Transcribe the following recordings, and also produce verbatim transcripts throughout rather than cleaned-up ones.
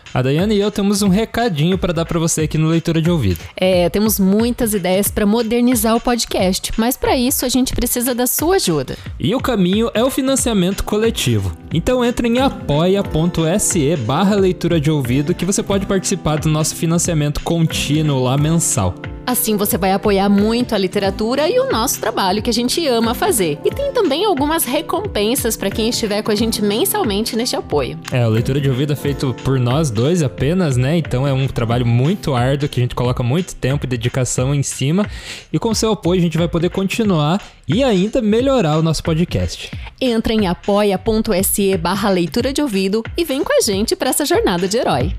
A Daiane e eu temos um recadinho para dar para você aqui no Leitura de Ouvido. É, temos muitas ideias para modernizar o podcast, mas para isso a gente precisa da sua ajuda. E o caminho é o financiamento coletivo. Então entre em apoia.se barra leitura de ouvido que você pode participar do nosso financiamento contínuo lá mensal. Assim você vai apoiar muito a literatura e o nosso trabalho que a gente ama fazer. E tem também algumas recompensas para quem estiver com a gente mensalmente neste apoio. É, o Leitura de Ouvido é feito por nós dois apenas, né? Então é um trabalho muito árduo que a gente coloca muito tempo e dedicação em cima. E com seu apoio a gente vai poder continuar e ainda melhorar o nosso podcast. Entra em apoia.se barra leitura de ouvido e vem com a gente para essa jornada de herói.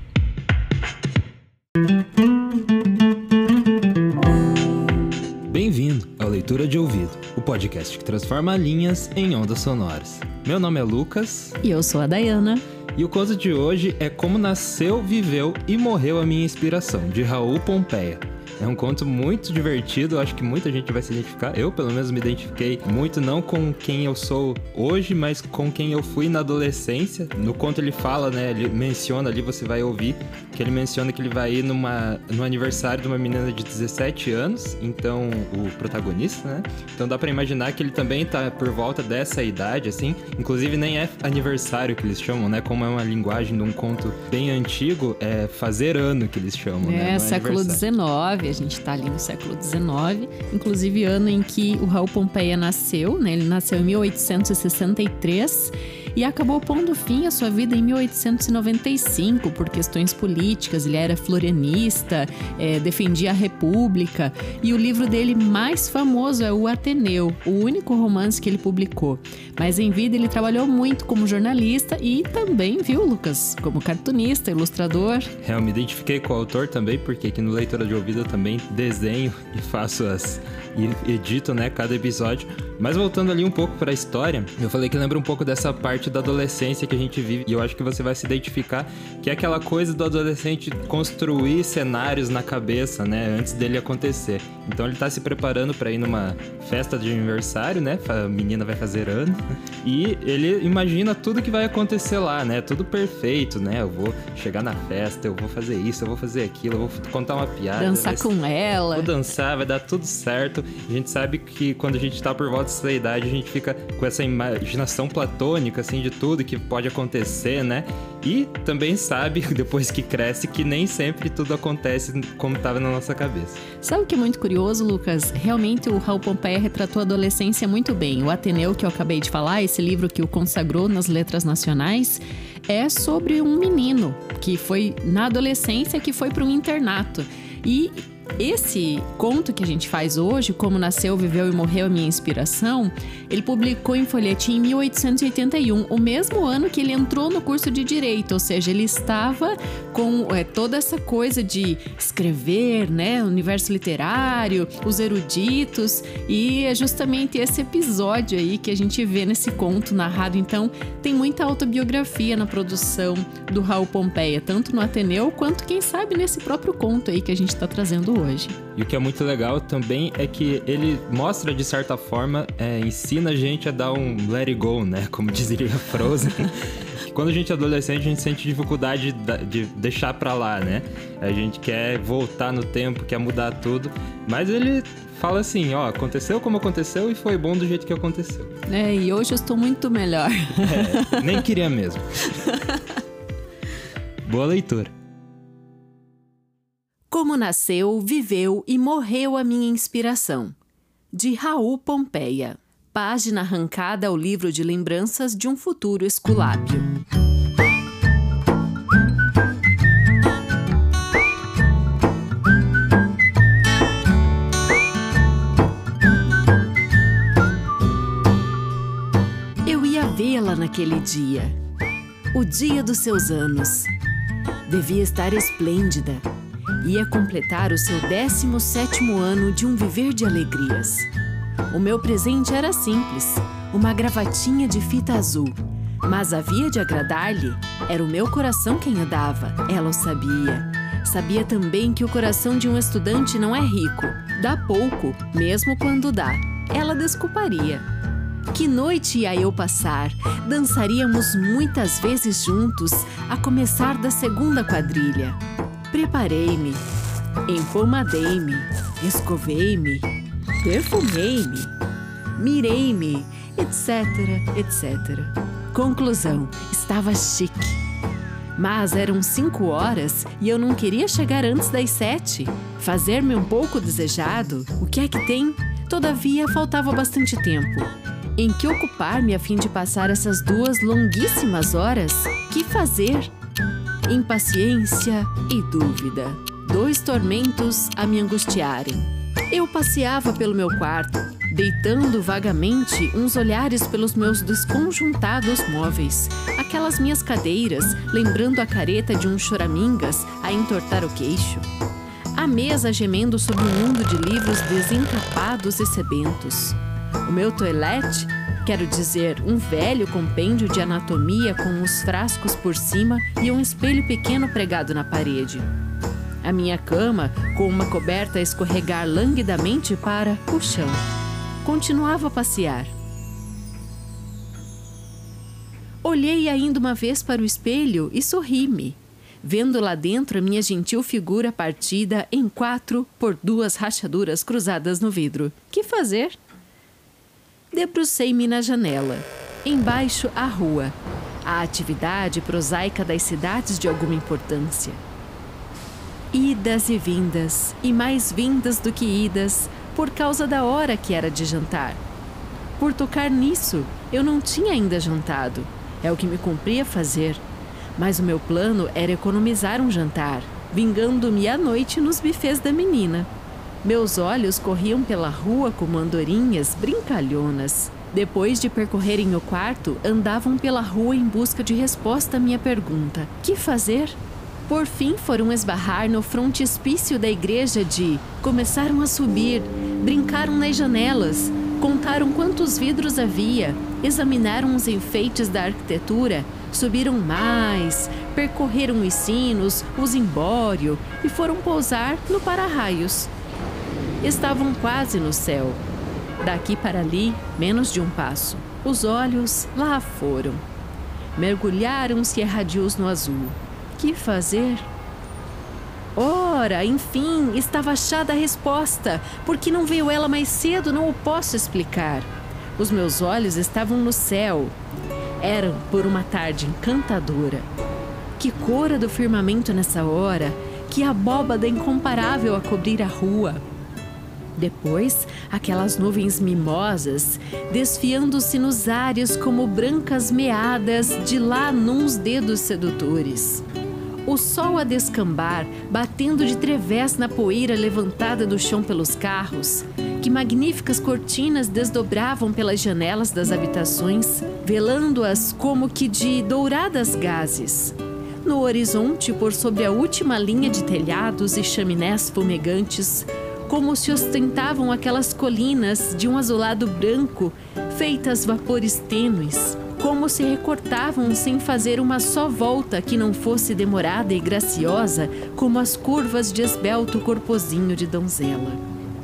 Bem-vindo ao Leitura de Ouvido, o podcast que transforma linhas em ondas sonoras. Meu nome é Lucas. E eu sou a Dayana. E o conto de hoje é Como Nasceu, Viveu e Morreu a Minha Inspiração, de Raul Pompeia. É um conto muito divertido, acho que muita gente vai se identificar. Eu, pelo menos, me identifiquei muito não com quem eu sou hoje, mas com quem eu fui na adolescência. No conto ele fala, né, ele menciona ali, você vai ouvir, que ele menciona que ele vai ir numa, no aniversário de uma menina de dezessete anos, então, o protagonista, né? Então dá pra imaginar que ele também tá por volta dessa idade, assim. Inclusive nem é aniversário que eles chamam, né? Como é uma linguagem de um conto bem antigo, é fazer ano que eles chamam, é, né? É, século dezenove. A gente está ali no século dezenove, inclusive ano em que o Raul Pompeia nasceu, né? Ele nasceu em mil oitocentos e sessenta e três e acabou pondo fim à sua vida em mil oitocentos e noventa e cinco por questões políticas. Ele era florianista, é, defendia a República, e o livro dele mais famoso é o Ateneu, o único romance que ele publicou. Mas em vida ele trabalhou muito como jornalista e também, viu, Lucas, como cartunista, ilustrador. É, eu me identifiquei com o autor também, porque aqui no Leitura de Ouvido eu também desenho e faço as... e edito, né, cada episódio. Mas voltando ali um pouco para a história, eu falei que lembra um pouco dessa parte da adolescência que a gente vive, e eu acho que você vai se identificar, que é aquela coisa do adolescente construir cenários na cabeça, né, antes dele acontecer. Então ele tá se preparando para ir numa festa de aniversário, né, a menina vai fazer ano, e ele imagina tudo que vai acontecer lá, né, tudo perfeito, né, eu vou chegar na festa, eu vou fazer isso, eu vou fazer aquilo, eu vou contar uma piada. Dançar vai... com ela. Vou dançar, vai dar tudo certo. A gente sabe que quando a gente tá por volta dessa idade, a gente fica com essa imaginação platônica, assim, de tudo que pode acontecer, né? E também sabe, depois que cresce, que nem sempre tudo acontece como tava na nossa cabeça. Sabe o que é muito curioso, Lucas? Realmente o Raul Pompeia retratou a adolescência muito bem. O Ateneu, que eu acabei de falar, esse livro que o consagrou nas letras nacionais, é sobre um menino que foi na adolescência, que foi para um internato. E esse conto que a gente faz hoje, Como Nasceu, Viveu e Morreu a Minha Inspiração, ele publicou em folhetim em mil oitocentos e oitenta e um, o mesmo ano que ele entrou no curso de Direito, ou seja, ele estava com é, toda essa coisa de escrever, né, universo literário, os eruditos, e é justamente esse episódio aí que a gente vê nesse conto narrado. Então, tem muita autobiografia na produção do Raul Pompeia, tanto no Ateneu quanto, quem sabe, nesse próprio conto aí que a gente está trazendo hoje. Hoje. E o que é muito legal também é que ele mostra, de certa forma, é, ensina a gente a dar um let it go, né? Como diria Frozen. Que quando a gente é adolescente, a gente sente dificuldade de deixar pra lá, né? A gente quer voltar no tempo, quer mudar tudo. Mas ele fala assim, ó, aconteceu como aconteceu e foi bom do jeito que aconteceu. É, e hoje eu estou muito melhor. É, nem queria mesmo. Boa leitura. Como Nasceu, Viveu e Morreu a Minha Inspiração, de Raul Pompeia. Página arrancada ao livro de lembranças de um futuro esculápio. Eu ia vê-la naquele dia, o dia dos seus anos. Devia estar esplêndida. Ia completar o seu décimo sétimo ano de um viver de alegrias. O meu presente era simples, uma gravatinha de fita azul. Mas havia de agradar-lhe, era o meu coração quem a dava, ela o sabia. Sabia também que o coração de um estudante não é rico, dá pouco, mesmo quando dá. Ela desculparia. Que noite ia eu passar! Dançaríamos muitas vezes juntos, a começar da segunda quadrilha. Preparei-me, empomadei-me, escovei-me, perfumei-me, mirei-me, etc, etcétera. Conclusão, estava chique. Mas eram cinco horas e eu não queria chegar antes das sete. Fazer-me um pouco desejado, o que é que tem? Todavia, faltava bastante tempo. Em que ocupar-me a fim de passar essas duas longuíssimas horas? Que fazer? Impaciência e dúvida. Dois tormentos a me angustiarem. Eu passeava pelo meu quarto, deitando vagamente uns olhares pelos meus desconjuntados móveis, aquelas minhas cadeiras, lembrando a careta de um choramingas a entortar o queixo. A mesa gemendo sob um mundo de livros desencapados e sebentos. O meu toilette, quero dizer, um velho compêndio de anatomia com os frascos por cima e um espelho pequeno pregado na parede. A minha cama, com uma coberta a escorregar languidamente para o chão. Continuava a passear. Olhei ainda uma vez para o espelho e sorri-me, vendo lá dentro a minha gentil figura partida em quatro por duas rachaduras cruzadas no vidro. Que fazer? Debrucei-me na janela. Embaixo, a rua. A atividade prosaica das cidades de alguma importância. Idas e vindas, e mais vindas do que idas, por causa da hora que era de jantar. Por tocar nisso, eu não tinha ainda jantado. É o que me cumpria fazer. Mas o meu plano era economizar um jantar, vingando-me à noite nos bufês da menina. Meus olhos corriam pela rua como andorinhas brincalhonas. Depois de percorrerem o quarto, andavam pela rua em busca de resposta à minha pergunta. Que fazer? Por fim foram esbarrar no frontispício da igreja de... Começaram a subir, brincaram nas janelas, contaram quantos vidros havia, examinaram os enfeites da arquitetura, subiram mais, percorreram os sinos, o zimbório e foram pousar no para-raios. Estavam quase no céu. Daqui para ali, menos de um passo. Os olhos lá foram. Mergulharam-se erradios no azul. Que fazer? Ora, enfim, estava achada a resposta. Por que não veio ela mais cedo? Não o posso explicar. Os meus olhos estavam no céu. Eram por uma tarde encantadora. Que cor do firmamento nessa hora! Que abóbada incomparável a cobrir a rua! Depois, aquelas nuvens mimosas, desfiando-se nos ares como brancas meadas de lá nuns dedos sedutores. O sol a descambar, batendo de través na poeira levantada do chão pelos carros, que magníficas cortinas desdobravam pelas janelas das habitações, velando-as como que de douradas gases. No horizonte, por sobre a última linha de telhados e chaminés fumegantes, como se ostentavam aquelas colinas de um azulado branco, feitas vapores tênues, como se recortavam sem fazer uma só volta que não fosse demorada e graciosa, como as curvas de esbelto corpozinho de donzela.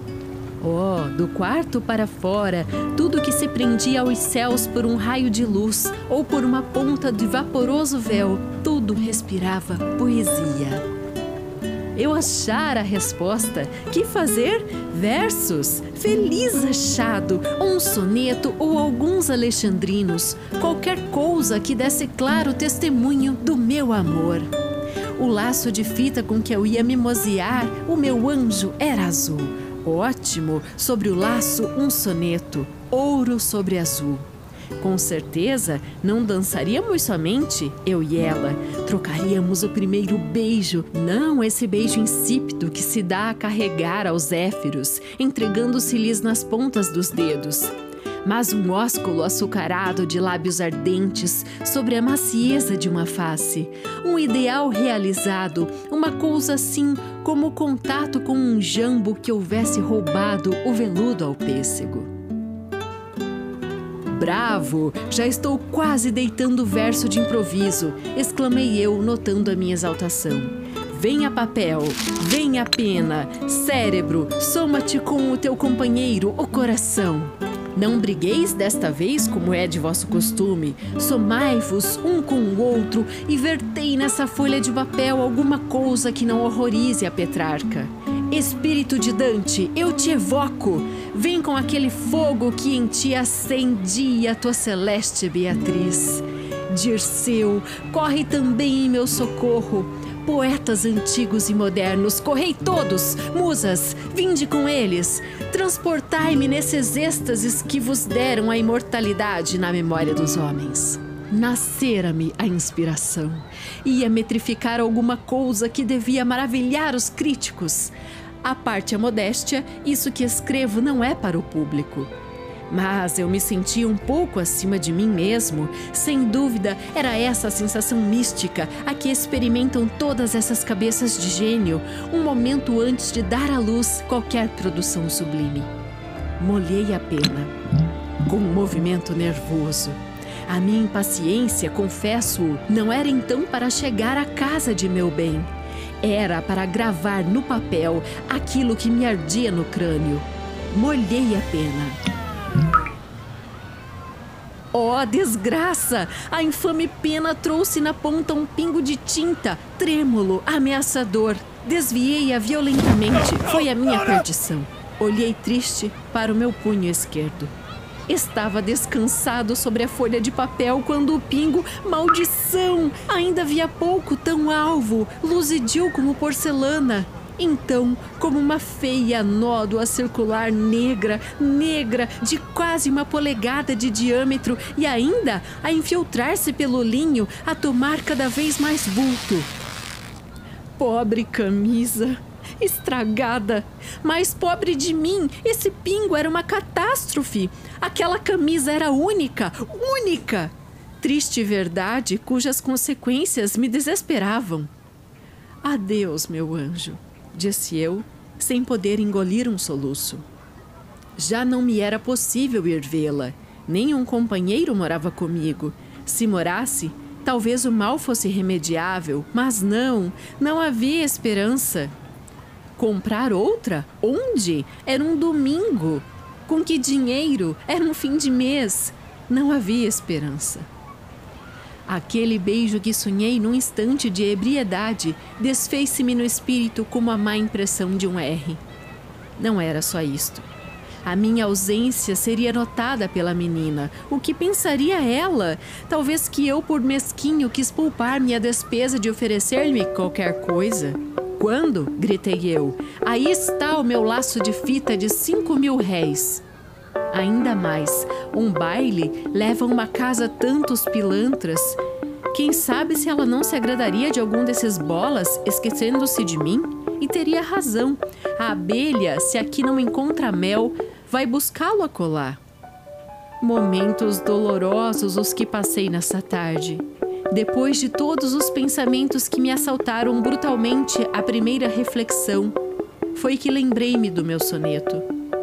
Oh, do quarto para fora, tudo que se prendia aos céus por um raio de luz ou por uma ponta de vaporoso véu, tudo respirava poesia. Eu achara a resposta. Que fazer? Versos. Feliz achado. Um soneto ou alguns alexandrinos. Qualquer coisa que desse claro testemunho do meu amor. O laço de fita com que eu ia mimosear, o meu anjo era azul. Ótimo. Sobre o laço, um soneto. Ouro sobre azul. Com certeza, não dançaríamos somente, eu e ela. Trocaríamos o primeiro beijo, não esse beijo insípido que se dá a carregar aos éfiros, entregando-se-lhes nas pontas dos dedos. Mas um ósculo açucarado de lábios ardentes sobre a macieza de uma face. Um ideal realizado, uma coisa assim como o contato com um jambo que houvesse roubado o veludo ao pêssego. Bravo! Já estou quase deitando o verso de improviso, exclamei eu, notando a minha exaltação. Venha papel, venha pena, cérebro, soma-te com o teu companheiro, o coração. Não brigueis desta vez como é de vosso costume. Somai-vos um com o outro e vertei nessa folha de papel alguma coisa que não horrorize a Petrarca. Espírito de Dante, eu te evoco. Vem com aquele fogo que em ti acendia a tua celeste Beatriz. Dirceu, corre também em meu socorro. Poetas antigos e modernos, correi todos, musas, vinde com eles. Transportai-me nesses êxtases que vos deram a imortalidade na memória dos homens. Nascera-me a inspiração. Ia metrificar alguma coisa que devia maravilhar os críticos. À parte a modéstia, isso que escrevo não é para o público. Mas eu me sentia um pouco acima de mim mesmo. Sem dúvida, era essa a sensação mística a que experimentam todas essas cabeças de gênio, um momento antes de dar à luz qualquer produção sublime. Molhei a pena, com um movimento nervoso. A minha impaciência, confesso-o, não era então para chegar à casa de meu bem. Era para gravar no papel aquilo que me ardia no crânio. Molhei a pena. Oh, desgraça! A infame pena trouxe na ponta um pingo de tinta, trêmulo, ameaçador. Desviei-a violentamente. Foi a minha perdição. Olhei triste para o meu punho esquerdo. Estava descansado sobre a folha de papel quando o pingo, maldição, ainda havia pouco tão alvo, luzidiu como porcelana. Então, como uma feia nódoa circular negra, negra, de quase uma polegada de diâmetro e ainda a infiltrar-se pelo linho, a tomar cada vez mais bulto. Pobre camisa, estragada, mas pobre de mim, esse pingo era uma catástrofe. Aquela camisa era única, única. Triste verdade cujas consequências me desesperavam. Adeus, meu anjo, disse eu, sem poder engolir um soluço. Já não me era possível ir vê-la. Nenhum companheiro morava comigo. Se morasse, talvez o mal fosse remediável, mas não, não havia esperança. Comprar outra? Onde? Era um domingo. Com que dinheiro? Era um fim de mês. Não havia esperança. Aquele beijo que sonhei num instante de ebriedade desfez-se-me no espírito como a má impressão de um R. Não era só isto. A minha ausência seria notada pela menina. O que pensaria ela? Talvez que eu, por mesquinho, quis poupar-me a despesa de oferecer-me qualquer coisa. Quando? Gritei eu. Aí está o meu laço de fita de cinco mil réis. Ainda mais, um baile leva a uma casa tantos pilantras. Quem sabe se ela não se agradaria de algum desses bolas, esquecendo-se de mim? E teria razão. A abelha, se aqui não encontra mel, vai buscá-lo a colar. Momentos dolorosos os que passei nessa tarde. Depois de todos os pensamentos que me assaltaram brutalmente, a primeira reflexão foi que lembrei-me do meu soneto.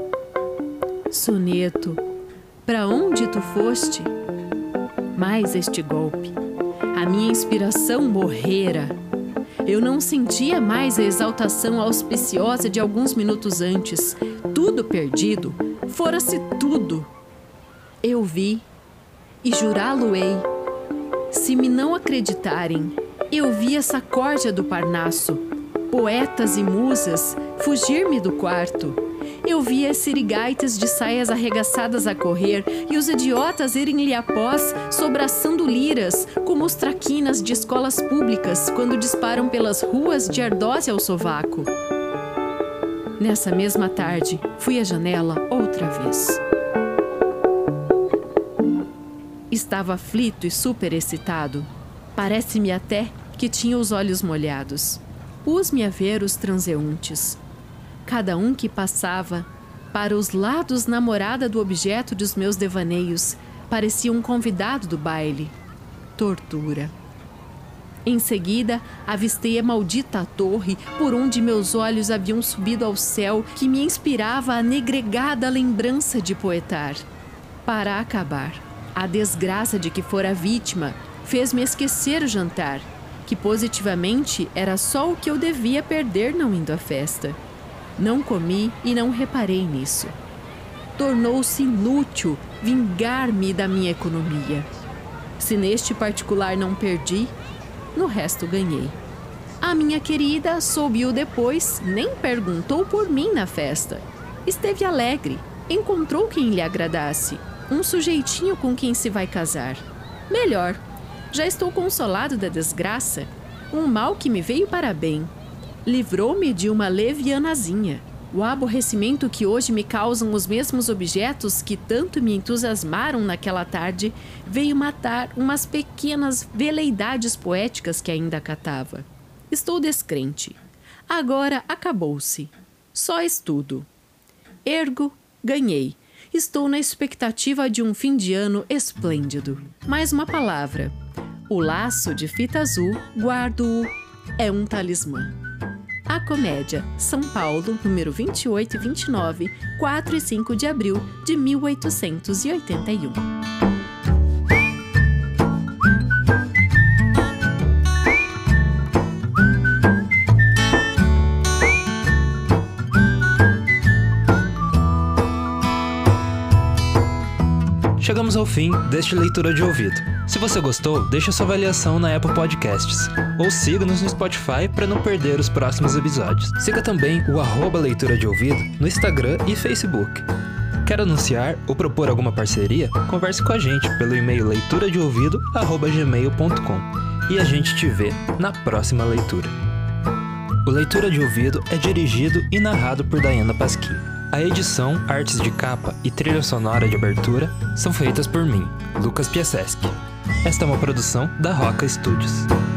Soneto, para onde tu foste? Mais este golpe. A minha inspiração morrera. Eu não sentia mais a exaltação auspiciosa de alguns minutos antes. Tudo perdido. Fora-se tudo. Eu vi e jurá-lo-ei. Se me não acreditarem, eu vi essa córdia do Parnasso, poetas e musas, fugir-me do quarto. Eu vi as sirigaitas de saias arregaçadas a correr e os idiotas irem-lhe após, sobraçando liras, como os traquinas de escolas públicas quando disparam pelas ruas de ardósia ao sovaco. Nessa mesma tarde, fui à janela outra vez. Estava aflito e superexcitado. Parece-me até que tinha os olhos molhados. Pus-me a ver os transeuntes. Cada um que passava, para os lados namorada do objeto dos meus devaneios, parecia um convidado do baile. Tortura. Em seguida, avistei a maldita torre por onde meus olhos haviam subido ao céu, que me inspirava a negregada lembrança de poetar. Para acabar, a desgraça de que fora vítima fez-me esquecer o jantar, que positivamente era só o que eu devia perder não indo à festa. Não comi e não reparei nisso. tornou-se inútil vingar-me da minha economia. Se neste particular não perdi, no resto ganhei. A minha querida soube-o depois, nem perguntou por mim na festa. Esteve alegre, encontrou quem lhe agradasse, um sujeitinho com quem se vai casar. Melhor, já estou consolado da desgraça, um mal que me veio para bem. Livrou-me de uma levianazinha. O aborrecimento que hoje me causam os mesmos objetos que tanto me entusiasmaram naquela tarde veio matar umas pequenas veleidades poéticas que ainda catava. Estou descrente. Agora acabou-se. Só estudo. Ergo, ganhei. Estou na expectativa de um fim de ano esplêndido. Mais uma palavra. O laço de fita azul, guardo-o. É um talismã. A Comédia, São Paulo, número vinte e oito e vinte e nove, quatro e cinco de abril de mil oitocentos e oitenta e um. Chegamos ao fim deste Leitura de Ouvido. Se você gostou, deixe sua avaliação na Apple Podcasts ou siga-nos no Spotify para não perder os próximos episódios. Siga também o arroba Leitura de Ouvido no Instagram e Facebook. Quer anunciar ou propor alguma parceria? Converse com a gente pelo e-mail leitura de ouvido arroba gmail ponto com e a gente te vê na próxima leitura. O Leitura de Ouvido é dirigido e narrado por Daiana Pasquim. A edição, artes de capa e trilha sonora de abertura são feitas por mim, Lucas Piasecki. Esta é uma produção da Roca Studios.